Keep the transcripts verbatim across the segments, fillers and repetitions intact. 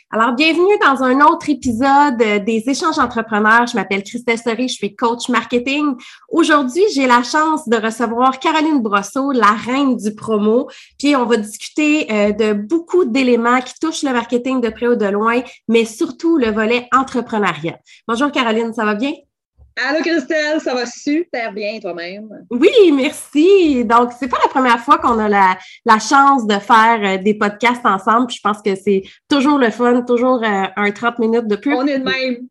Alors, bienvenue dans un autre épisode des Échanges entrepreneurs. Je m'appelle Christelle Soré, je suis coach marketing. Aujourd'hui, j'ai la chance de recevoir Caroline Brosseau, la reine du promo. Puis, on va discuter euh, de beaucoup d'éléments qui touchent le marketing de près ou de loin, mais surtout le volet entrepreneuriat. Bonjour Caroline, ça va bien? Allô Christelle, ça va super bien toi-même? Oui, merci. Donc, c'est pas la première fois qu'on a la, la chance de faire des podcasts ensemble. Puis je pense que c'est toujours le fun, toujours euh, un trente minutes de plus. On est de même.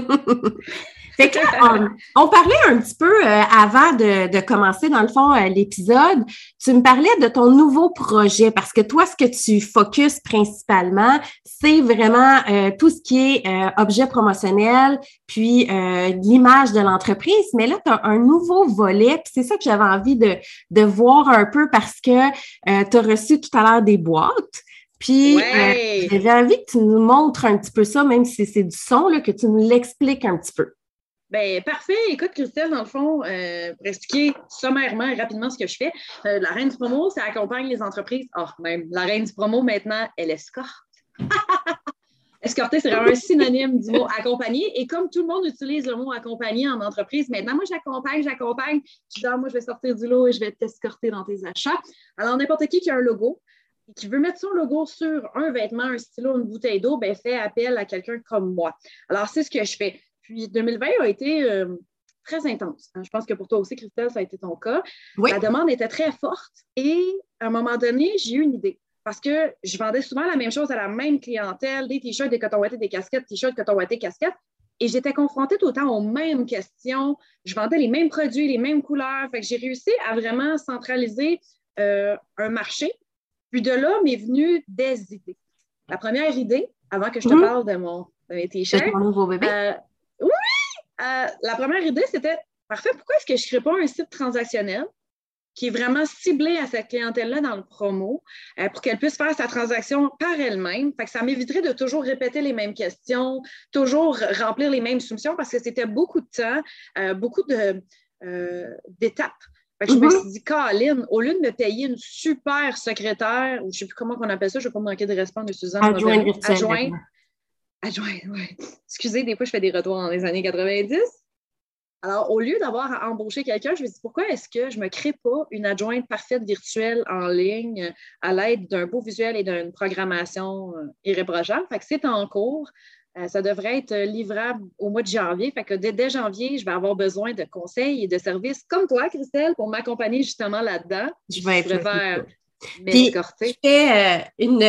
Fait que là, on, on parlait un petit peu euh, avant de, de commencer, dans le fond, euh, l'épisode. Tu me parlais de ton nouveau projet parce que toi, ce que tu focuses principalement, c'est vraiment euh, tout ce qui est euh, objet promotionnel, puis euh, l'image de l'entreprise. Mais là, tu as un nouveau volet, puis c'est ça que j'avais envie de, de voir un peu parce que euh, tu as reçu tout à l'heure des boîtes. Puis, ouais. euh, j'avais envie que tu nous montres un petit peu ça, même si c'est du son, là, que tu nous l'expliques un petit peu. Bien, parfait. Écoute, Christelle, dans le fond, euh, pour expliquer sommairement et rapidement ce que je fais, euh, la reine du promo, ça accompagne les entreprises. Oh, même la reine du promo, maintenant, elle escorte. Escorter, c'est vraiment un synonyme du mot accompagner. Et comme tout le monde utilise le mot accompagner en entreprise, maintenant, moi, j'accompagne, j'accompagne. Je dis, ah, moi, je vais sortir du lot et je vais t'escorter dans tes achats. Alors, n'importe qui qui a un logo et qui veut mettre son logo sur un vêtement, un stylo, une bouteille d'eau, ben, fait appel à quelqu'un comme moi. Alors, c'est ce que je fais. Puis deux mille vingt a été euh, très intense. Je pense que pour toi aussi, Christelle, ça a été ton cas. Oui. La demande était très forte et à un moment donné, j'ai eu une idée. Parce que je vendais souvent la même chose à la même clientèle, des t-shirts, des coton ouatés, des casquettes, t-shirts, coton ouatés, casquettes. Et j'étais confrontée tout le temps aux mêmes questions. Je vendais les mêmes produits, les mêmes couleurs. Fait que j'ai réussi à vraiment centraliser euh, un marché. Puis de là, m'est venue des idées. La première idée, avant que je te mmh. parle de, mon, de mes t-shirts. De ton nouveau bébé. Euh, oui! Euh, la première idée, c'était, parfait, pourquoi est-ce que je ne crée pas un site transactionnel qui est vraiment ciblé à cette clientèle-là dans le promo euh, pour qu'elle puisse faire sa transaction par elle-même. Fait que ça m'éviterait de toujours répéter les mêmes questions, toujours remplir les mêmes soumissions parce que c'était beaucoup de temps, euh, beaucoup de, euh, d'étapes. Fait que mm-hmm. je me suis dit, Caroline, au lieu de me payer une super secrétaire, ou je ne sais plus comment on appelle ça, je ne vais pas manquer de respect en utilisant adjoint adjoint. Adjoint, oui. Excusez, des fois, je fais des retours dans les années quatre-vingt-dix. Alors, au lieu d'avoir à embaucher quelqu'un, je me suis dit, pourquoi est-ce que je ne me crée pas une adjointe parfaite virtuelle en ligne à l'aide d'un beau visuel et d'une programmation irréprochable? Fait que c'est en cours. Euh, ça devrait être livrable au mois de janvier. Fait que dès, dès janvier, je vais avoir besoin de conseils et de services comme toi, Christelle, pour m'accompagner justement là-dedans. Je vais être faire m'escorter. Je fais euh, une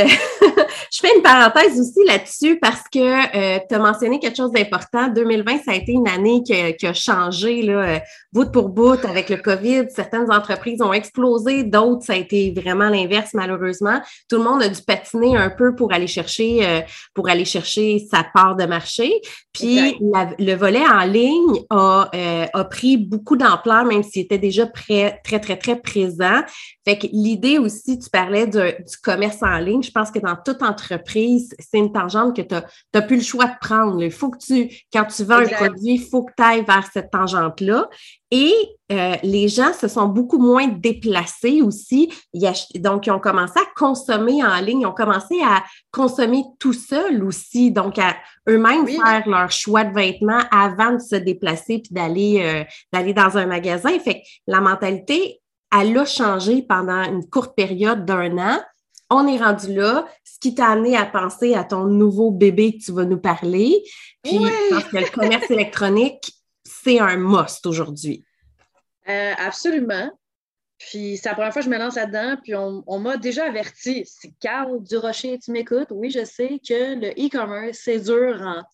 je fais une parenthèse aussi là-dessus parce que euh, tu as mentionné quelque chose d'important. deux mille vingt, ça a été une année qui, qui a changé là, bout pour bout avec le COVID. Certaines entreprises ont explosé, d'autres, ça a été vraiment l'inverse, malheureusement. Tout le monde a dû patiner un peu pour aller chercher euh, pour aller chercher sa part de marché. Puis la, le volet en ligne a, euh, a pris beaucoup d'ampleur, même s'il était déjà prêt, très, très, très présent. Fait que l'idée aussi, tu parlais du, du commerce en ligne. Je pense que dans toute entreprise, c'est une tangente que tu n'as plus le choix de prendre. Il faut que tu, quand tu vends exact. Un produit, il faut que tu ailles vers cette tangente-là. Et euh, les gens se sont beaucoup moins déplacés aussi. Il a, donc, ils ont commencé à consommer en ligne. Ils ont commencé à consommer tout seul aussi. Donc, à eux-mêmes oui. faire leur choix de vêtements avant de se déplacer puis d'aller, euh, d'aller dans un magasin. Fait que la mentalité, elle a changé pendant une courte période d'un an. On est rendu là, ce qui t'a amené à penser à ton nouveau bébé que tu vas nous parler. Puis, oui. je pense que le commerce électronique, c'est un must aujourd'hui. Euh, absolument. Puis, c'est la première fois que je me lance là-dedans. Puis, on, on m'a déjà averti. C'est Carl Durocher, tu m'écoutes? Oui, je sais que le e-commerce, c'est dur. Hein?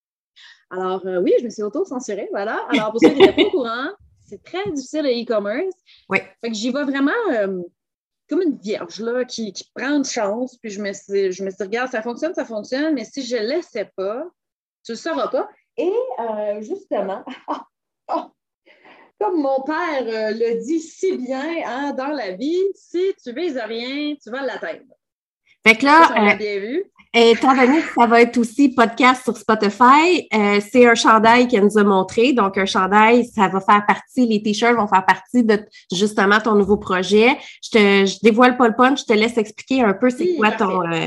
Alors, euh, oui, je me suis auto-censurée, voilà. Alors, pour ceux qui n'étaient pas au courant, c'est très difficile le e-commerce. Oui. Fait que j'y vais vraiment euh, comme une vierge là, qui, qui prend une chance. Puis je me suis, je me suis dit, regarde, ça fonctionne, ça fonctionne, mais si je ne le laissais pas, tu ne le sauras pas. Et euh, justement, comme mon père euh, le dit si bien hein, dans la vie, si tu vises rien, tu vas l'atteindre. Fait que là, ça, ça euh, bien vu. Étant donné que ça va être aussi podcast sur Spotify, euh, c'est un chandail qu'elle nous a montré. Donc, un chandail, ça va faire partie, les t-shirts vont faire partie de justement ton nouveau projet. Je te je dévoile pas le punch, je te laisse expliquer un peu c'est oui, quoi ton euh,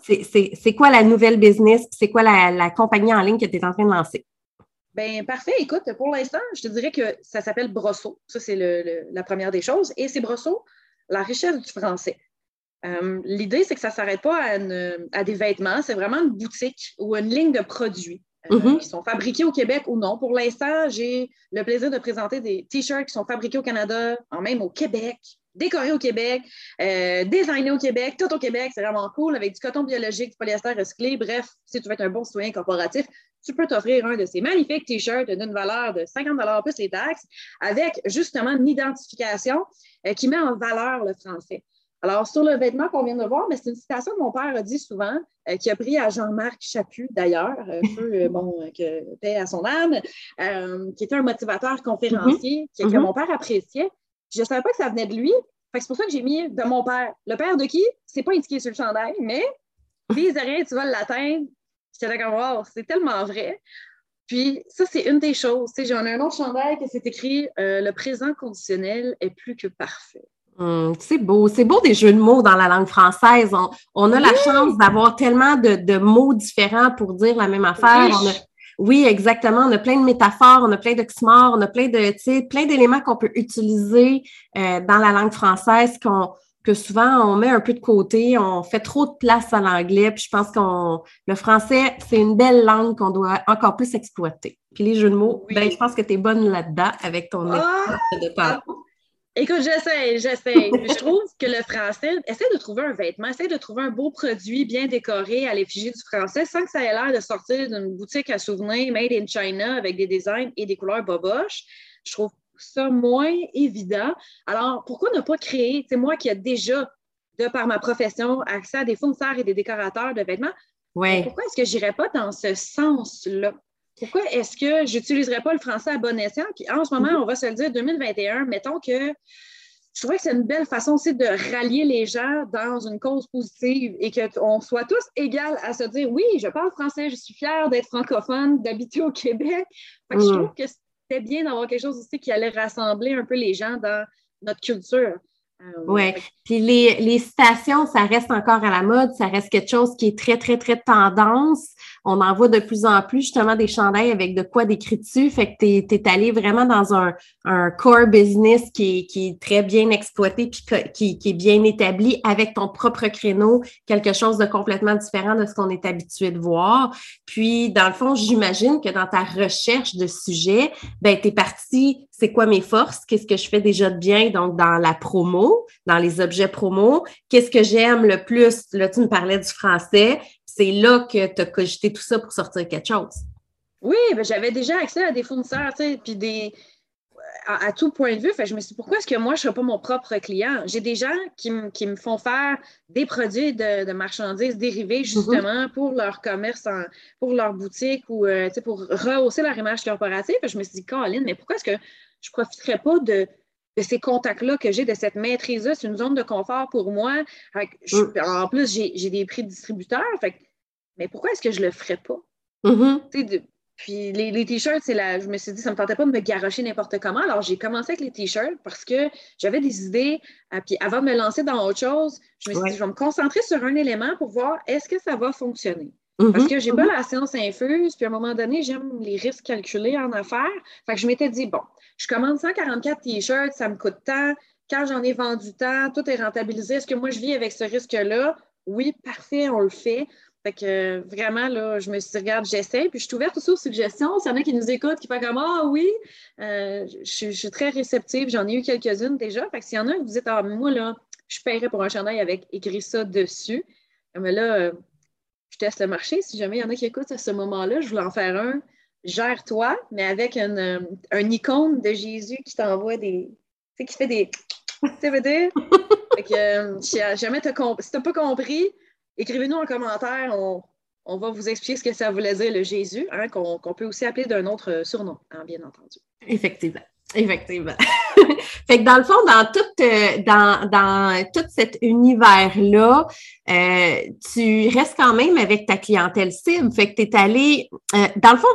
c'est, c'est, c'est quoi la nouvelle business, c'est quoi la, la compagnie en ligne que tu es en train de lancer? Bien, parfait. Écoute, pour l'instant, je te dirais que ça s'appelle Brosso. Ça, c'est le, le, la première des choses. Et c'est Brosso, la richesse du français. Euh, l'idée, c'est que ça ne s'arrête pas à, une, à des vêtements. C'est vraiment une boutique ou une ligne de produits euh, mm-hmm. qui sont fabriqués au Québec ou non. Pour l'instant, j'ai le plaisir de présenter des T-shirts qui sont fabriqués au Canada, en même au Québec, décorés au Québec, euh, designés au Québec, tout au Québec. C'est vraiment cool, avec du coton biologique, du polyester recyclé. Bref, si tu veux être un bon citoyen corporatif, tu peux t'offrir un de ces magnifiques T-shirts d'une valeur de cinquante dollars plus les taxes, avec justement une identification euh, qui met en valeur le français. Alors, sur le vêtement qu'on vient de voir, mais c'est une citation que mon père a dit souvent, euh, qui a pris à Jean-Marc Chaput, d'ailleurs, euh, peu, euh, bon, euh, que paix à son âme, euh, qui était un motivateur conférencier, mm-hmm. que, que mm-hmm. mon père appréciait. Je ne savais pas que ça venait de lui. Fait que c'est pour ça que j'ai mis de mon père. Le père de qui? C'est pas indiqué sur le chandail, mais les oreilles, tu vas l'atteindre. J'étais là comme, wow, c'est tellement vrai. Puis, ça, c'est une des choses. Tu sais, j'en ai un autre chandail que c'est écrit euh, le présent conditionnel est plus que parfait. Hum, c'est beau. C'est beau des jeux de mots dans la langue française. On, on a oui. la chance d'avoir tellement de, de mots différents pour dire la même affaire. On a, oui, exactement. On a plein de métaphores, on a plein d'oxymores, on a plein de, tu sais, plein d'éléments qu'on peut utiliser euh, dans la langue française qu'on, que souvent on met un peu de côté. On fait trop de place à l'anglais. Puis je pense qu'on, le français, c'est une belle langue qu'on doit encore plus exploiter. Puis les jeux de mots, oui. ben je pense que tu es bonne là-dedans avec ton méthode oh! de parole. Écoute, j'essaie, j'essaie. Je trouve que le français, essaie de trouver un vêtement, essaie de trouver un beau produit bien décoré à l'effigie du français sans que ça ait l'air de sortir d'une boutique à souvenirs made in China avec des designs et des couleurs boboches. Je trouve ça moins évident. Alors, pourquoi ne pas créer, c'est moi qui ai déjà, de par ma profession, accès à des fournisseurs et des décorateurs de vêtements. Ouais. Pourquoi est-ce que je n'irais pas dans ce sens-là? Pourquoi est-ce que je n'utiliserais pas le français à bon escient? Puis en ce moment, mm-hmm. on va se le dire, deux mille vingt et un, mettons que je trouvais que c'est une belle façon aussi de rallier les gens dans une cause positive et qu'on soit tous égaux à se dire, oui, je parle français, je suis fière d'être francophone, d'habiter au Québec. Fait que mm. je trouve que c'était bien d'avoir quelque chose aussi qui allait rassembler un peu les gens dans notre culture. Oui, puis les, les citations, ça reste encore à la mode, ça reste quelque chose qui est très, très, très tendance. On en voit de plus en plus, justement, des chandails avec de quoi d'écrit dessus. Fait que t'es, t'es allé vraiment dans un, un core business qui est, qui est très bien exploité puis qui, qui est bien établi avec ton propre créneau, quelque chose de complètement différent de ce qu'on est habitué de voir. Puis, dans le fond, j'imagine que dans ta recherche de sujet, ben, t'es parti, c'est quoi mes forces? Qu'est-ce que je fais déjà de bien? Donc, dans la promo, dans les objets promo, qu'est-ce que j'aime le plus? Là, tu me parlais du français. C'est là que tu as cogité tout ça pour sortir quelque chose. Oui, ben, j'avais déjà accès à des fournisseurs, tu sais, puis des... À, à tout point de vue. Fait, je me suis dit, pourquoi est-ce que moi, je ne serais pas mon propre client? J'ai des gens qui, m- qui me font faire des produits de, de marchandises dérivées, justement, mm-hmm. pour leur commerce, en, pour leur boutique ou euh, pour rehausser leur image corporative. Fait, je me suis dit, Caroline, mais pourquoi est-ce que je ne profiterais pas de, de ces contacts-là que j'ai, de cette maîtrise-là? C'est une zone de confort pour moi. Fait, je, mm. En plus, j'ai, j'ai des prix de distributeur. Fait, mais pourquoi est-ce que je ne le ferais pas? Mm-hmm. De, Puis les, les t-shirts, c'est la, je me suis dit, ça ne me tentait pas de me garrocher n'importe comment. Alors, j'ai commencé avec les t-shirts parce que j'avais des idées. Euh, puis avant de me lancer dans autre chose, je me suis ouais. dit, je vais me concentrer sur un élément pour voir est-ce que ça va fonctionner. Mm-hmm. Parce que j'ai mm-hmm. pas la science infuse. Puis à un moment donné, j'aime les risques calculés en affaires. Fait que je m'étais dit, bon, je commande cent quarante-quatre t-shirts, ça me coûte tant. Quand j'en ai vendu tant, tout est rentabilisé. Est-ce que moi, je vis avec ce risque-là? Oui, parfait, on le fait. Fait que euh, vraiment, là, je me suis dit, regarde, j'essaie. Puis je suis ouverte aussi aux suggestions. S'il y en a qui nous écoutent, qui font comme, ah oui, euh, je, je suis très réceptive. J'en ai eu quelques-unes déjà. Fait que s'il y en a qui vous dites, ah, moi, là, je paierais pour un chandail avec écrit ça dessus. Mais là, euh, je teste le marché. Si jamais il y en a qui écoutent à ce moment-là, je voulais en faire un. Gère-toi, mais avec une, euh, un icône de Jésus qui t'envoie des. Tu sais, qui fait des. Tu veux dire? Fait que euh, si jamais t'as comp- si t'as pas compris, écrivez-nous en commentaire, on, on va vous expliquer ce que ça voulait dire le Jésus, hein, qu'on, qu'on peut aussi appeler d'un autre surnom, hein, bien entendu. Effectivement, effectivement. Fait que dans le fond, dans tout, euh, dans, dans tout cet univers-là, euh, tu restes quand même avec ta clientèle cible. Fait que tu es allé, euh, dans le fond,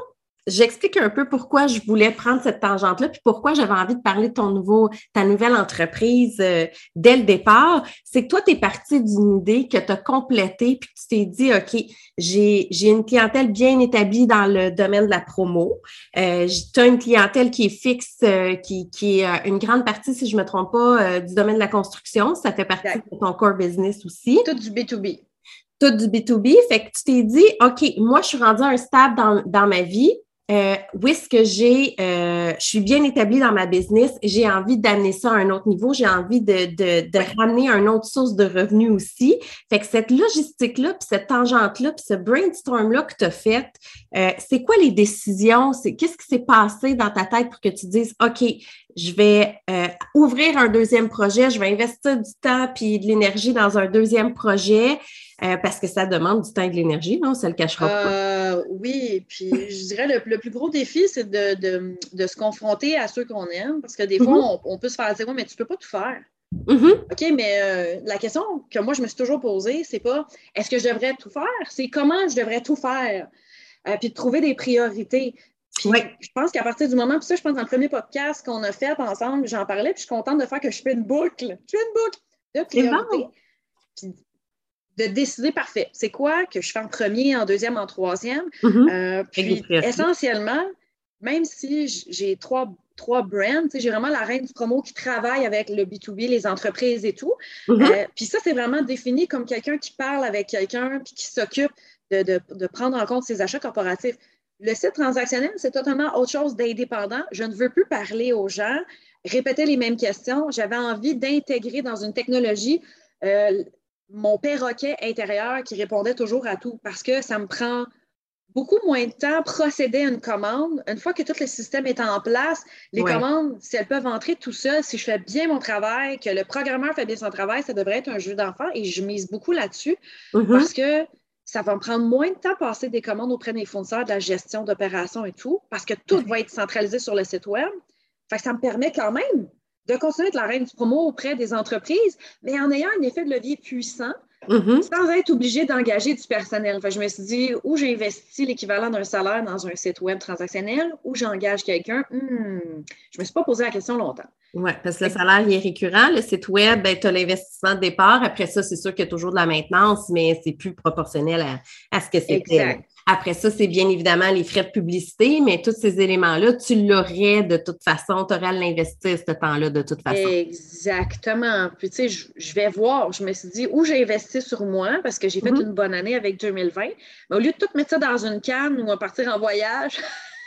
j'explique un peu pourquoi je voulais prendre cette tangente-là, puis pourquoi j'avais envie de parler de ton nouveau, ta nouvelle entreprise euh, dès le départ. C'est que toi, tu es parti d'une idée que tu as complétée, puis que tu t'es dit, OK, j'ai, j'ai une clientèle bien établie dans le domaine de la promo. Euh, tu as une clientèle qui est fixe, euh, qui, qui est euh, une grande partie, si je ne me trompe pas, euh, du domaine de la construction. Ça fait partie exact. De ton core business aussi. Tout du B deux B. Tout du B deux B. Fait que tu t'es dit, OK, moi, je suis rendue à un stade dans, dans ma vie Euh, où est-ce que j'ai, euh, je suis bien établie dans ma business, j'ai envie d'amener ça à un autre niveau, j'ai envie de, de, de ramener une autre source de revenus aussi. Fait que cette logistique-là, puis cette tangente-là, puis ce brainstorm-là que tu as fait, euh, c'est quoi les décisions? C'est, qu'est-ce qui s'est passé dans ta tête pour que tu dises, OK, je vais euh, ouvrir un deuxième projet, je vais investir du temps puis de l'énergie dans un deuxième projet. Euh, parce que ça demande du temps et de l'énergie, non? Ça ne le cachera pas. Euh, oui, puis je dirais le, le plus gros défi, c'est de, de, de se confronter à ceux qu'on aime, parce que des mm-hmm. fois, on, on peut se faire dire, mais tu ne peux pas tout faire. Mm-hmm. OK, mais euh, la question que moi, je me suis toujours posée, c'est pas est-ce que je devrais tout faire? C'est comment je devrais tout faire? Euh, puis de trouver des priorités. Puis oui. Je pense qu'à partir du moment, puis ça, je pense dans le premier podcast qu'on a fait ensemble, j'en parlais, puis je suis contente de faire que je fais une boucle. Je fais une boucle de priorités. Bon. Puis de décider, parfait, c'est quoi que je fais en premier, en deuxième, en troisième. Mm-hmm. Euh, puis essentiellement, même si j'ai trois, trois brands, j'ai vraiment la reine du promo qui travaille avec le B deux B, les entreprises et tout. Mm-hmm. Euh, puis ça, c'est vraiment défini comme quelqu'un qui parle avec quelqu'un puis qui s'occupe de, de, de prendre en compte ses achats corporatifs. Le site transactionnel, c'est totalement autre chose d'indépendant. Je ne veux plus parler aux gens, répéter les mêmes questions. J'avais envie d'intégrer dans une technologie euh, mon perroquet intérieur qui répondait toujours à tout parce que ça me prend beaucoup moins de temps procéder à une commande. Une fois que tout le système est en place, les ouais. commandes, si elles peuvent entrer tout seul, si je fais bien mon travail, que le programmeur fait bien son travail, ça devrait être un jeu d'enfant et je mise beaucoup là-dessus mm-hmm. parce que ça va me prendre moins de temps passer des commandes auprès des fournisseurs, de la gestion d'opérations et tout, parce que tout va être centralisé sur le site web. Fait que ça me permet quand même de continuer à être la reine du promo auprès des entreprises, mais en ayant un effet de levier puissant, mm-hmm. sans être obligé d'engager du personnel. Fait que je me suis dit, où j'ai investi l'équivalent d'un salaire dans un site web transactionnel, où j'engage quelqu'un, hmm, je ne me suis pas posé la question longtemps. Oui, parce que le salaire, il est récurrent. Le site web, ben, tu as l'investissement de départ. Après ça, c'est sûr qu'il y a toujours de la maintenance, mais c'est plus proportionnel à, à ce que c'était. Exact. Après ça, c'est bien évidemment les frais de publicité, mais tous ces éléments-là, tu l'aurais de toute façon. Tu aurais à l'investir ce temps-là de toute façon. Exactement. Puis, tu sais, je, je vais voir. Je me suis dit où j'ai investi sur moi parce que j'ai fait mm-hmm. une bonne année avec deux mille vingt. Mais au lieu de tout mettre ça dans une canne ou à partir en voyage,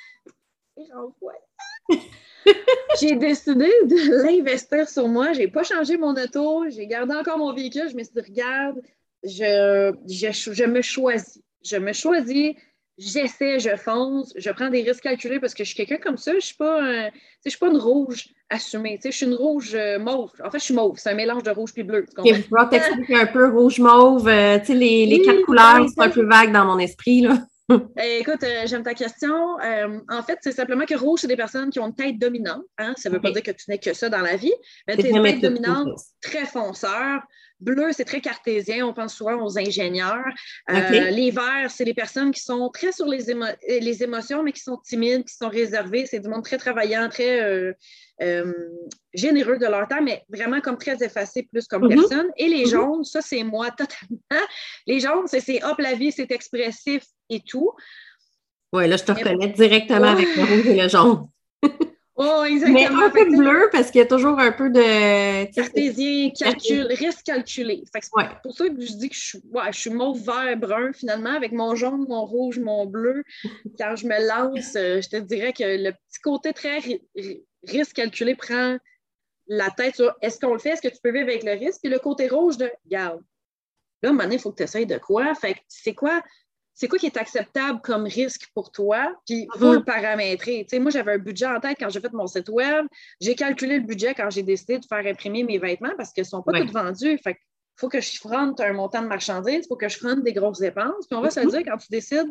en voyage. J'ai décidé de l'investir sur moi. Je n'ai pas changé mon auto. J'ai gardé encore mon véhicule. Je me suis dit, regarde, je, je, je me choisis. Je me choisis, j'essaie, je fonce, je prends des risques calculés parce que je suis quelqu'un comme ça. Je ne suis pas, euh, je suis pas une rouge assumée. Je suis une rouge euh, mauve. En fait, je suis mauve. C'est un mélange de rouge puis bleu. Tu okay, comprends? T'expliques un peu rouge-mauve. Euh, les, les oui, quatre couleurs sont un peu vagues dans mon esprit, là. Eh, écoute, euh, j'aime ta question. Euh, en fait, c'est simplement que rouge, c'est des personnes qui ont une tête dominante. Hein? Ça ne veut okay. pas dire que tu n'es que ça dans la vie. Mais tu es une tête dominante, très fonceur. Bleu, c'est très cartésien. On pense souvent aux ingénieurs. Euh, okay. Les verts, c'est les personnes qui sont très sur les, émo- les émotions, mais qui sont timides, qui sont réservées. C'est du monde très travaillant, très euh, euh, généreux de leur temps, mais vraiment comme très effacé, plus comme mm-hmm. personne. Et les mm-hmm. jaunes, ça, c'est moi totalement. Les jaunes, c'est, c'est hop, la vie, c'est expressif et tout. Oui, là, je te reconnais mais... directement oh. avec le rouge et le jaune. Oh, exactement. Mais un peu de bleu, parce qu'il y a toujours un peu de... Cartésien, calcul, risque calculé. Fait que c'est ouais. pour ça que je dis que je suis, ouais, je suis mauve, vert, brun, finalement, avec mon jaune, mon rouge, mon bleu. Quand je me lance, je te dirais que le petit côté très ri- risque calculé prend la tête sur est-ce qu'on le fait, est-ce que tu peux vivre avec le risque? Puis le côté rouge de, regarde, là, à un moment donné, il faut que tu essayes de quoi? Fait que c'est quoi... C'est quoi qui est acceptable comme risque pour toi? Puis il faut mm-hmm. le paramétrer. Tu sais, moi, j'avais un budget en tête quand j'ai fait mon site web. J'ai calculé le budget quand j'ai décidé de faire imprimer mes vêtements parce qu'ils ne sont pas ouais. tous vendus. Fait qu'il faut que je fronte un montant de marchandises, il faut que je fronte des grosses dépenses. Puis on va mm-hmm. se dire, quand tu décides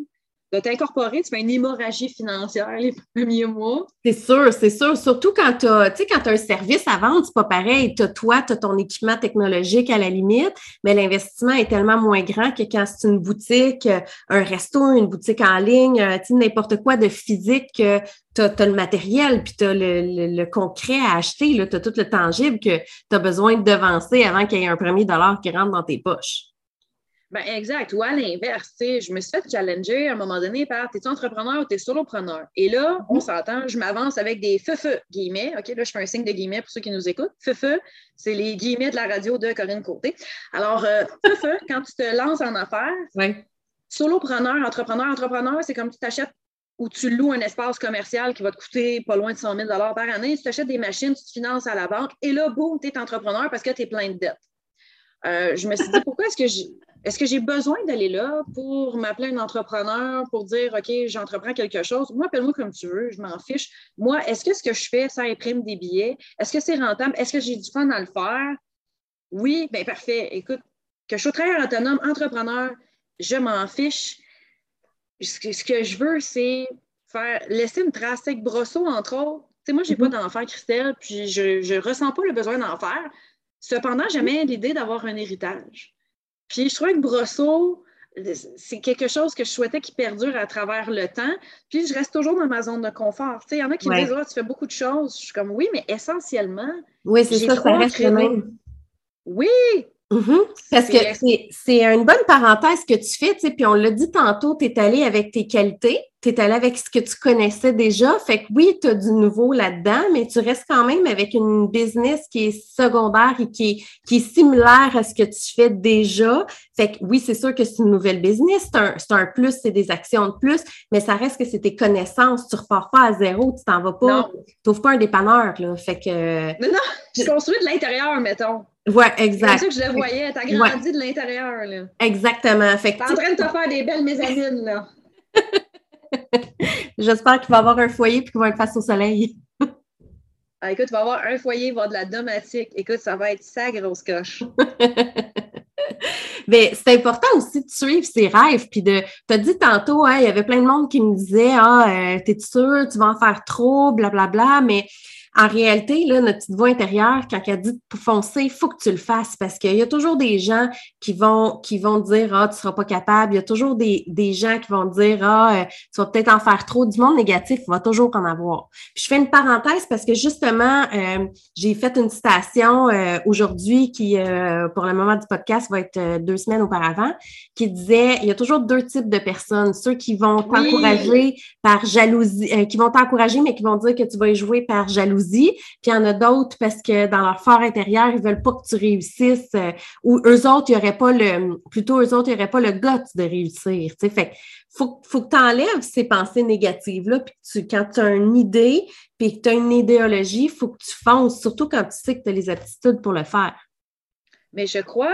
de t'incorporer, tu fais une hémorragie financière les premiers mois. C'est sûr, c'est sûr. Surtout quand tu as, tu sais, quand tu as un service à vendre, c'est pas pareil. Tu as toi, tu as ton équipement technologique à la limite, mais l'investissement est tellement moins grand que quand c'est une boutique, un resto, une boutique en ligne, tu sais, n'importe quoi de physique, tu as, as le matériel, puis tu as le, le, le concret à acheter, tu as tout le tangible que tu as besoin de devancer avant qu'il y ait un premier dollar qui rentre dans tes poches. Ben exact. Ou à l'inverse, tu sais, je me suis fait challenger à un moment donné par t'es-tu entrepreneur ou t'es solopreneur? Et là, mm-hmm. on s'entend, je m'avance avec des feu-feu guillemets. OK, là, je fais un signe de guillemets pour ceux qui nous écoutent. Feu-feu, c'est les guillemets de la radio de Corinne Côté. Alors, euh, feu-feu, quand tu te lances en affaires, ouais. solopreneur, entrepreneur, entrepreneur, c'est comme tu t'achètes ou tu loues un espace commercial qui va te coûter pas loin de cent mille dollars par année, tu t'achètes des machines, tu te finances à la banque, et là, boum, tu es entrepreneur parce que tu es plein de dettes. Euh, je me suis dit, pourquoi est-ce que j'ai, est-ce que j'ai besoin d'aller là pour m'appeler un entrepreneur, pour dire, OK, j'entreprends quelque chose? Moi, appelle-moi comme tu veux, je m'en fiche. Moi, est-ce que ce que je fais, ça imprime des billets? Est-ce que c'est rentable? Est-ce que j'ai du fun à le faire? Oui, bien parfait. Écoute, que je sois travailleur autonome, entrepreneur, je m'en fiche. Ce que, ce que je veux, c'est faire, laisser une trace avec Brosseau, entre autres. Tu sais, moi, je n'ai mm-hmm. pas d'enfant, Christelle, puis je ne ressens pas le besoin d'en faire. Cependant, j'aimais l'idée d'avoir un héritage. Puis je trouvais que Brosseau, c'est quelque chose que je souhaitais qu'il perdure à travers le temps. Puis je reste toujours dans ma zone de confort. Tu sais, il y en a qui ouais. me disent, oh, tu fais beaucoup de choses. Je suis comme, oui, mais essentiellement, oui, c'est j'ai ça, trois ça reste créneaux. le même. Oui! Mm-hmm. Parce c'est... que c'est, c'est une bonne parenthèse que tu fais, tu sais, puis on l'a dit tantôt, tu es allé avec tes qualités, tu es allé avec ce que tu connaissais déjà, fait que oui, tu as du nouveau là-dedans, mais tu restes quand même avec une business qui est secondaire et qui est, qui est similaire à ce que tu fais déjà. Fait que oui, c'est sûr que c'est une nouvelle business, c'est un, c'est un plus, c'est des actions de plus, mais ça reste que c'est tes connaissances, tu repars pas à zéro, tu t'en vas pas, tu n'ouvres pas un dépanneur, là, fait que... Non, non, je construis de l'intérieur, mettons. Ouais, exact. C'est comme ça que je le voyais. T'as grandi ouais. de l'intérieur, là. Exactement. Fait que t'es en train de te faire des belles mésanines, là. J'espère qu'il va y avoir un foyer et qu'il va être face au soleil. Ah, écoute, il va y avoir un foyer, il va y avoir de la domatique. Écoute, ça va être sa grosse coche. Mais c'est important aussi de suivre ses rêves. Puis de, tu as dit tantôt, hein, il y avait plein de monde qui me disait, ah, euh, t'es sûr, tu vas en faire trop, blablabla. Bla, bla. Mais en réalité, là, notre petite voix intérieure, quand elle dit de foncer, il faut que tu le fasses parce qu'il y a toujours des gens qui vont, qui vont dire, ah, tu seras pas capable. Il y a toujours des, des gens qui vont dire, ah, euh, tu vas peut-être en faire trop. Du monde négatif, il va toujours en avoir. Puis je fais une parenthèse parce que justement, euh, j'ai fait une citation euh, aujourd'hui qui, euh, pour le moment du podcast, va être euh, deux semaines auparavant, qui disait, il y a toujours deux types de personnes. Ceux qui vont t'encourager oui. par jalousie, euh, qui vont t'encourager, mais qui vont dire que tu vas y jouer par jalousie. Puis il y en a d'autres parce que dans leur fort intérieur, ils veulent pas que tu réussisses euh, ou eux autres, il y aurait pas le, plutôt eux autres, il y aurait pas le guts de réussir, tu sais. Fait faut, faut que tu enlèves ces pensées négatives-là, puis tu, quand tu as une idée, puis que tu as une idéologie, il faut que tu fonces, surtout quand tu sais que tu as les aptitudes pour le faire. Mais je crois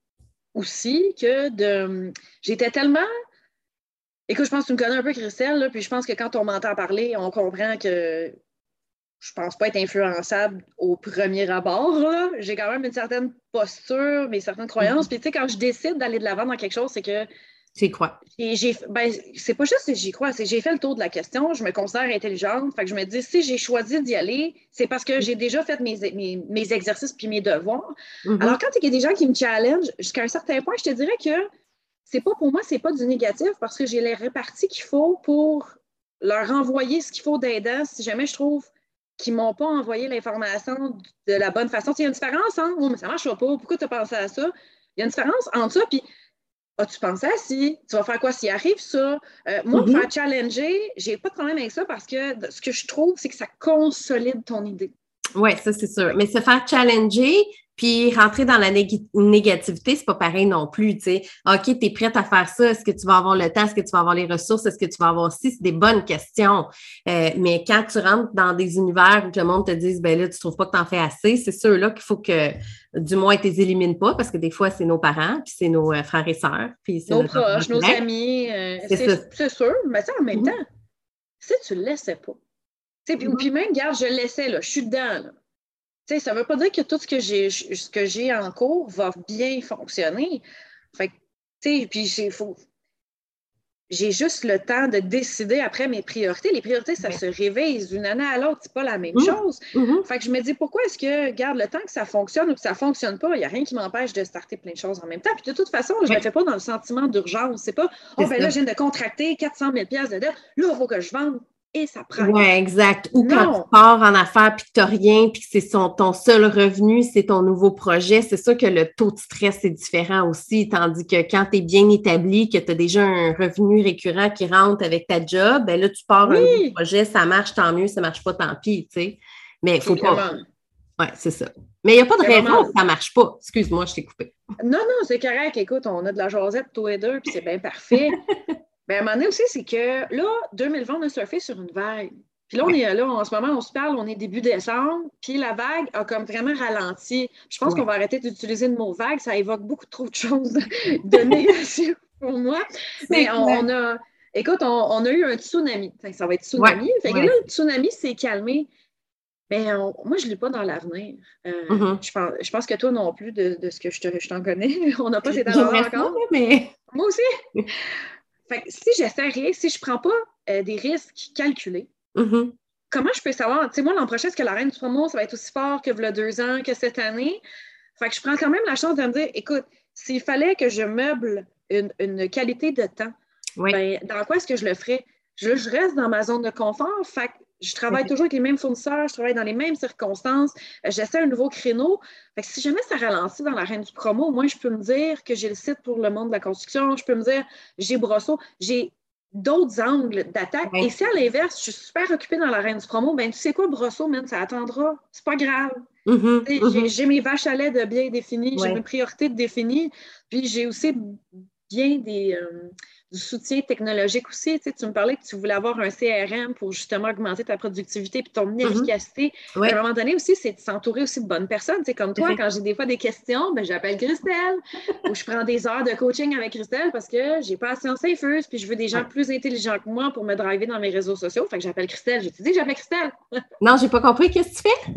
aussi que de, j'étais tellement... Écoute, je pense que tu me connais un peu, Christelle, là, puis je pense que quand on m'entend parler, on comprend que je pense pas être influençable au premier abord. Là. J'ai quand même une certaine posture, mais certaines croyances. Mm-hmm. Puis tu sais, quand je décide d'aller de l'avant dans quelque chose, c'est que... C'est quoi? Et j'ai, ben, c'est pas juste que j'y crois, c'est que j'ai fait le tour de la question, je me considère intelligente, fait que je me dis, si j'ai choisi d'y aller, c'est parce que j'ai déjà fait mes, mes, mes exercices puis mes devoirs. Mm-hmm. Alors, quand il y a des gens qui me challengent, jusqu'à un certain point, je te dirais que c'est pas pour moi, c'est pas du négatif parce que j'ai les réparties qu'il faut pour leur envoyer ce qu'il faut d'aidant si jamais je trouve qui ne m'ont pas envoyé l'information de la bonne façon. Il y a une différence, hein? Oh, mais ça ne marche pas. Pourquoi tu as pensé à ça? Il y a une différence entre ça, puis as-tu pensé à si? Tu vas faire quoi s'il arrive ça? Euh, moi, mm-hmm. faire challenger, je n'ai pas de problème avec ça parce que ce que je trouve, c'est que ça consolide ton idée. Oui, ça, c'est sûr. Mais se faire challenger, puis rentrer dans la nég- négativité, c'est pas pareil non plus, tu sais. OK, tu es prête à faire ça. Est-ce que tu vas avoir le temps? Est-ce que tu vas avoir les ressources? Est-ce que tu vas avoir ci? C'est des bonnes questions. Euh, mais quand tu rentres dans des univers où le monde te dise, ben là, tu trouves pas que tu en fais assez, c'est sûr là qu'il faut que, du moins, tu les élimines pas parce que des fois, c'est nos parents, puis c'est nos euh, frères et sœurs. Puis c'est nos proches, nos amis. Euh, c'est, c'est, c'est sûr. Mais ça, en même mm-hmm. temps, si tu le laissais pas. Puis, mm-hmm. puis même, regarde, je le laissais, là, je suis dedans, là. Tu sais, ça ne veut pas dire que tout ce que j'ai ce que j'ai en cours va bien fonctionner. Fait que, tu sais, puis il faut... j'ai juste le temps de décider après mes priorités. Les priorités, ça Ouais. se révise d'une année à l'autre, c'est pas la même Mmh. chose. Mmh. Fait que je me dis, pourquoi est-ce que, garde le temps que ça fonctionne ou que ça fonctionne pas, il n'y a rien qui m'empêche de starter plein de choses en même temps. Puis de toute façon, je ne Ouais. le fais pas dans le sentiment d'urgence. C'est pas, oh, C'est ben ça. là, je viens de contracter quatre cent mille dollars de dette, là, il faut que je vende et ça presse. Oui, exact. Ou quand Non. tu pars en affaires puis que tu n'as rien puis que c'est son, ton seul revenu, c'est ton nouveau projet, c'est sûr que le taux de stress est différent aussi. Tandis que quand tu es bien établi, que tu as déjà un revenu récurrent qui rentre avec ta job, ben là, tu pars un nouveau Oui, projet, ça marche, tant mieux, ça marche pas, tant pis, tu sais. Mais il c'est faut pas. vraiment, Oui, c'est ça. Mais il n'y a pas de c'est raison vraiment. que ça marche pas. Excuse-moi, je t'ai coupé. Non, non, c'est correct. Écoute, on a de la jasette tous les deux, puis c'est bien parfait. Ben, à un moment donné aussi, c'est que là, deux mille vingt, on a surfé sur une vague. Puis là, on Ouais, est là, en ce moment, on se parle, on est début décembre, puis la vague a comme vraiment ralenti. Je pense ouais, qu'on va arrêter d'utiliser le mot vague, ça évoque beaucoup trop de choses de négatif pour moi. c'est Mais on, clair. on a, écoute, on, on a eu un tsunami. Fait que ça va être Ouais, tsunami. Fait que là, ouais. le tsunami s'est calmé. Ben, on- moi, je ne l'ai pas dans l'avenir. Euh, Mhm. je pense, je pense que toi non plus, de, de ce que je, te- je t'en connais. On n'a pas ces J'aimerais talents-là ça, là, encore. mais. Moi aussi. Fait que si j'essaie rien, si je ne prends pas euh, des risques calculés, Mhm. comment je peux savoir? Tu sais, moi, l'an prochain, est-ce que la reine du promo, ça va être aussi fort que le deux ans, que cette année? Fait que je prends quand même la chance de me dire, écoute, s'il fallait que je meuble une, une qualité de temps, Oui. ben, dans quoi est-ce que je le ferais? Je, je reste dans ma zone de confort. Fait que je travaille toujours avec les mêmes fournisseurs, je travaille dans les mêmes circonstances, euh, j'essaie un nouveau créneau. Fait que si jamais ça ralentit dans la reine du promo, moi, je peux me dire que j'ai le site pour le monde de la construction, je peux me dire, j'ai Brosseau, j'ai d'autres angles d'attaque. Et Oui. si à l'inverse, je suis super occupée dans la reine du promo, ben tu sais quoi, Brosseau, man, ça attendra. C'est pas grave. Mhm. J'ai, Mhm. j'ai mes vaches à lait de bien définies, j'ai mes Oui. priorités de définies, puis j'ai aussi bien des, euh, du soutien technologique aussi. Tu sais, tu me parlais que tu voulais avoir un C R M pour justement augmenter ta productivité et ton Mhm. efficacité. Oui, À un moment donné aussi, c'est de s'entourer aussi de bonnes personnes. Tu sais, comme tout à toi, fait. quand j'ai des fois des questions, ben, j'appelle Christelle ou je prends des heures de coaching avec Christelle parce que j'ai pas la science infuse puis je veux des gens Ouais. plus intelligents que moi pour me driver dans mes réseaux sociaux. Fait que j'appelle Christelle. J'ai dit que j'appelle Christelle. Non, j'ai pas compris. Qu'est-ce que tu fais?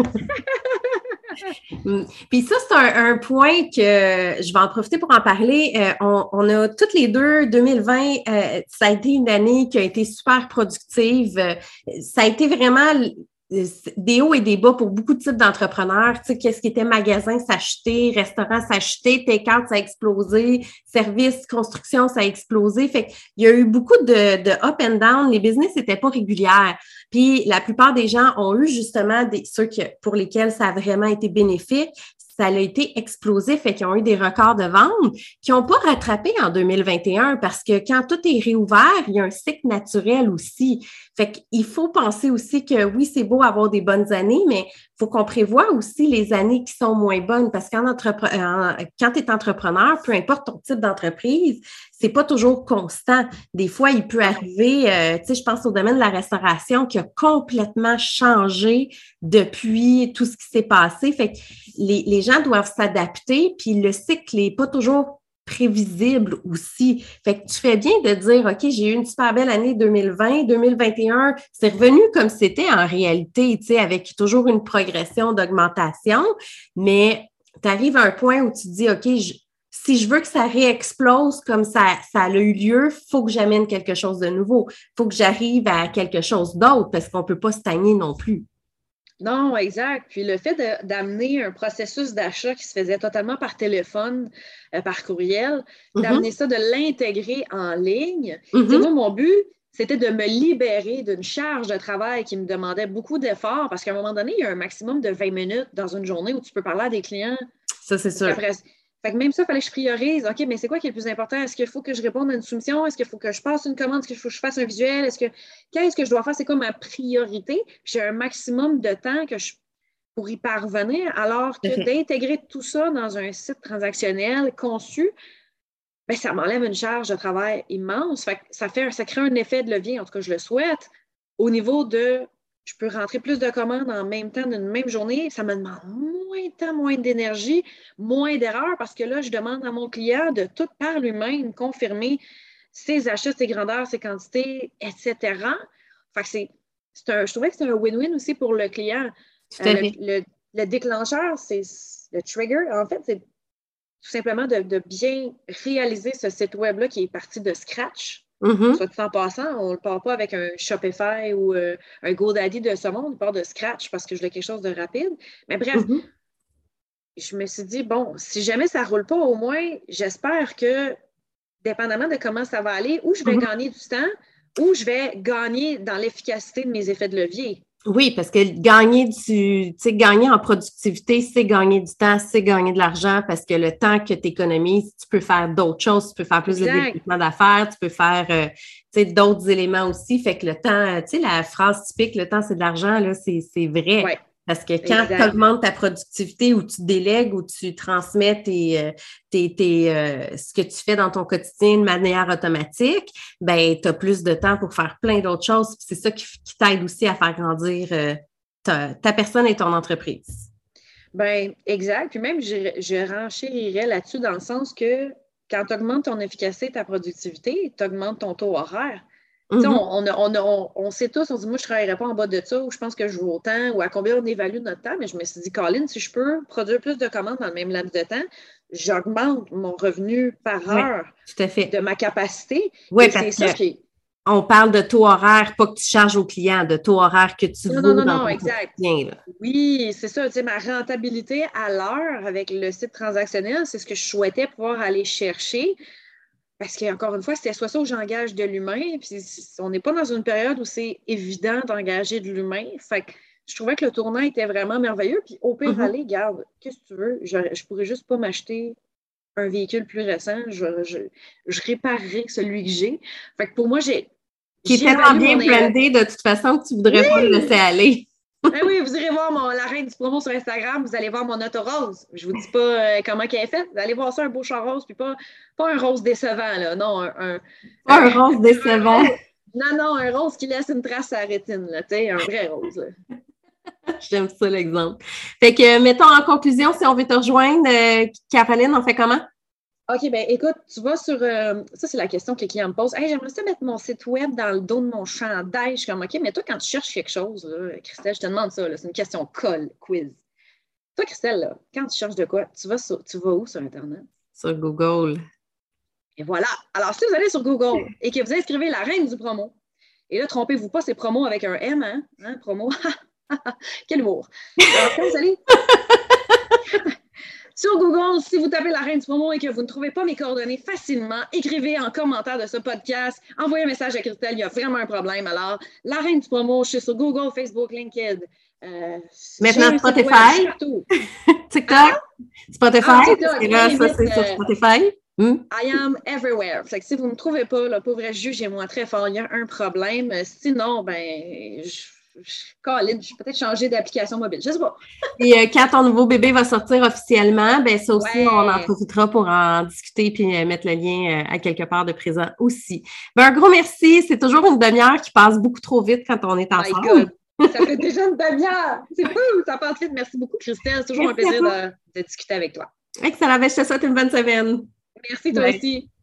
Mm. Puis ça, c'est un, un point que je vais en profiter pour en parler. Euh, on, on a toutes les deux, deux mille vingt, euh, ça a été une année qui a été super productive. Euh, ça a été vraiment euh, des hauts et des bas pour beaucoup de types d'entrepreneurs. Tu sais, qu'est-ce qui était magasin, ça a chuté, restaurant, ça a chuté, take-out, ça a explosé, service, construction, ça a explosé. Fait qu'il y a eu beaucoup de, de up and down. Les business n'étaient pas régulières. Puis la plupart des gens ont eu justement des, ceux qui, pour lesquels ça a vraiment été bénéfique, ça a été explosif et qui ont eu des records de vente qui n'ont pas rattrapé en deux mille vingt et un parce que quand tout est réouvert, il y a un cycle naturel aussi. Fait qu'il faut penser aussi que oui, c'est beau avoir des bonnes années, mais il faut qu'on prévoie aussi les années qui sont moins bonnes parce qu'en entrepre- en, quand tu es entrepreneur, peu importe ton type d'entreprise, c'est pas toujours constant. Des fois, il peut arriver, euh, tu sais, je pense au domaine de la restauration qui a complètement changé depuis tout ce qui s'est passé. Fait que les, les gens doivent s'adapter, puis le cycle n'est pas toujours prévisible aussi. Fait que tu fais bien de dire, OK, j'ai eu une super belle année deux mille vingt, deux mille vingt et un, c'est revenu comme c'était en réalité, tu sais, avec toujours une progression d'augmentation, mais tu arrives à un point où tu te dis, OK, je, si je veux que ça réexplose comme ça, ça a eu lieu, il faut que j'amène quelque chose de nouveau. Il faut que j'arrive à quelque chose d'autre parce qu'on ne peut pas stagner non plus. Non, exact. Puis le fait de- d'amener un processus d'achat qui se faisait totalement par téléphone, euh, par courriel, Mm-hmm. d'amener ça, de l'intégrer en ligne. Tu sais, Mm-hmm. moi, mon but, c'était de me libérer d'une charge de travail qui me demandait beaucoup d'efforts parce qu'à un moment donné, il y a un maximum de vingt minutes dans une journée où tu peux parler à des clients. Ça, c'est Parce sûr. qu'après, fait que même ça, il fallait que je priorise. OK, mais c'est quoi qui est le plus important? Est-ce qu'il faut que je réponde à une soumission? Est-ce qu'il faut que je passe une commande? Est-ce qu'il faut que je fasse un visuel? Est-ce que qu'est-ce que je dois faire? C'est quoi ma priorité? J'ai un maximum de temps que je, pour y parvenir, alors Tout à que fait. d'intégrer tout ça dans un site transactionnel conçu, bien, ça m'enlève une charge de travail immense. Fait que ça fait, ça crée un effet de levier, en tout cas, je le souhaite, au niveau de je peux rentrer plus de commandes en même temps d'une même journée. Ça me demande moins de temps, moins d'énergie, moins d'erreurs parce que là, je demande à mon client de tout par lui-même confirmer ses achats, ses grandeurs, ses quantités, et cetera. Fait que c'est, c'est un, je trouvais que c'est un win-win aussi pour le client. Tout Euh, à le, fait. le, le déclencheur, c'est le trigger. En fait, c'est tout simplement de, de bien réaliser ce site web-là qui est parti de scratch. Mm-hmm. Soit dit en passant, on ne part pas avec un Shopify ou euh, un GoDaddy de ce monde, on part de scratch parce que je voulais quelque chose de rapide. Mais bref, mm-hmm. je me suis dit, bon, si jamais ça ne roule pas, au moins, j'espère que, dépendamment de comment ça va aller, où je vais mm-hmm. gagner du temps, ou je vais gagner dans l'efficacité de mes effets de levier. Oui, parce que gagner du, tu sais, gagner en productivité, c'est gagner du temps, c'est gagner de l'argent parce que le temps que tu économises, tu peux faire d'autres choses, tu peux faire plus exact. de développement d'affaires, tu peux faire, euh, tu sais, d'autres éléments aussi. Fait que le temps, tu sais, la phrase typique, le temps, c'est de l'argent, là, c'est, c'est vrai. Ouais. Parce que quand tu augmentes ta productivité ou tu délègues ou tu transmets tes, tes, tes, euh, ce que tu fais dans ton quotidien de manière automatique, ben tu as plus de temps pour faire plein d'autres choses. Puis c'est ça qui, qui t'aide aussi à faire grandir euh, ta, ta personne et ton entreprise. Bien, exact. Puis même, je, je renchérirais là-dessus dans le sens que quand tu augmentes ton efficacité, ta productivité, tu augmentes ton taux horaire. Mm-hmm. On, on, on, on sait tous, on dit, moi, je ne travaillerai pas en bas de ça, ou je pense que je joue autant, ou à combien on évalue notre temps, mais je me suis dit, Colin, si je peux produire plus de commandes dans le même laps de temps, j'augmente mon revenu par heure oui, tout à fait. de ma capacité. Oui, et parce c'est ça que qui... on parle de taux horaire, pas que tu charges au client, de taux horaire que tu non, vaux non, non, dans non, ton exact. quotidien. Là. Oui, c'est ça. Tu sais, ma rentabilité à l'heure avec le site transactionnel, c'est ce que je souhaitais pouvoir aller chercher. Parce qu'encore une fois, c'était soit ça où j'engage de l'humain, puis on n'est pas dans une période où c'est évident d'engager de l'humain. Fait que je trouvais que le tournant était vraiment merveilleux. Puis au pire, mm-hmm. allez, garde, qu'est-ce que tu veux? Je, je pourrais juste pas m'acheter un véhicule plus récent. Je, je, je réparerai celui que j'ai. Fait que pour moi, j'ai. Qui est tellement bien brandé de toute façon que tu voudrais oui! pas le laisser aller. Ben oui, vous irez voir mon, la reine du promo sur Instagram, vous allez voir mon auto rose. Je vous dis pas euh, comment elle est faite. Vous allez voir ça, un beau char rose, puis pas, pas un rose décevant, là. Non, un. un pas un, un rose décevant. Un rose, non, non, un rose qui laisse une trace à la rétine, là. Tu sais, un vrai rose, là. J'aime ça, l'exemple. Fait que, mettons en conclusion, si on veut te rejoindre, euh, Caroline, on fait comment? OK, bien, écoute, tu vas sur... Euh, ça, c'est la question que les clients me posent. Hey, j'aimerais ça mettre mon site web dans le dos de mon chandail. Je suis comme, OK, mais toi, quand tu cherches quelque chose, là, Christelle, je te demande ça, là, c'est une question colle, quiz. Toi, Christelle, là, quand tu cherches de quoi, tu vas, sur, tu vas où sur Internet? Sur Google. Et voilà. Alors, si vous allez sur Google et que vous inscrivez la reine du promo, et là, trompez-vous pas, c'est promo avec un M, hein? hein promo. Quel humour. Alors, quand vous allez... Sur Google, si vous tapez la reine du promo et que vous ne trouvez pas mes coordonnées facilement, écrivez en commentaire de ce podcast, envoyez un message à Christelle, il y a vraiment un problème. Alors, la reine du promo, je suis sur Google, Facebook, LinkedIn. Euh, Maintenant, Spotify. TikTok. Ah? Spotify. Ah, TikTok. Là, ça, c'est sur Spotify. Hmm? I am everywhere. Fait que si vous ne me trouvez pas, là, pauvre, jugez-moi très fort, il y a un problème. Sinon, ben... Je... Colin, je vais peut-être changer d'application mobile. Je ne sais pas. Et euh, quand ton nouveau bébé va sortir officiellement, ben ça aussi, ouais. on en profitera pour en discuter puis euh, mettre le lien euh, à quelque part de présent aussi. Ben, un gros merci. C'est toujours une demi-heure qui passe beaucoup trop vite quand on est ensemble. Ça fait déjà une demi-heure. C'est fou, ça passe vite. Merci beaucoup, Christelle. C'est toujours merci un plaisir de, de discuter avec toi. Excellent. Ben, je te souhaite une bonne semaine. Merci, toi ouais. aussi.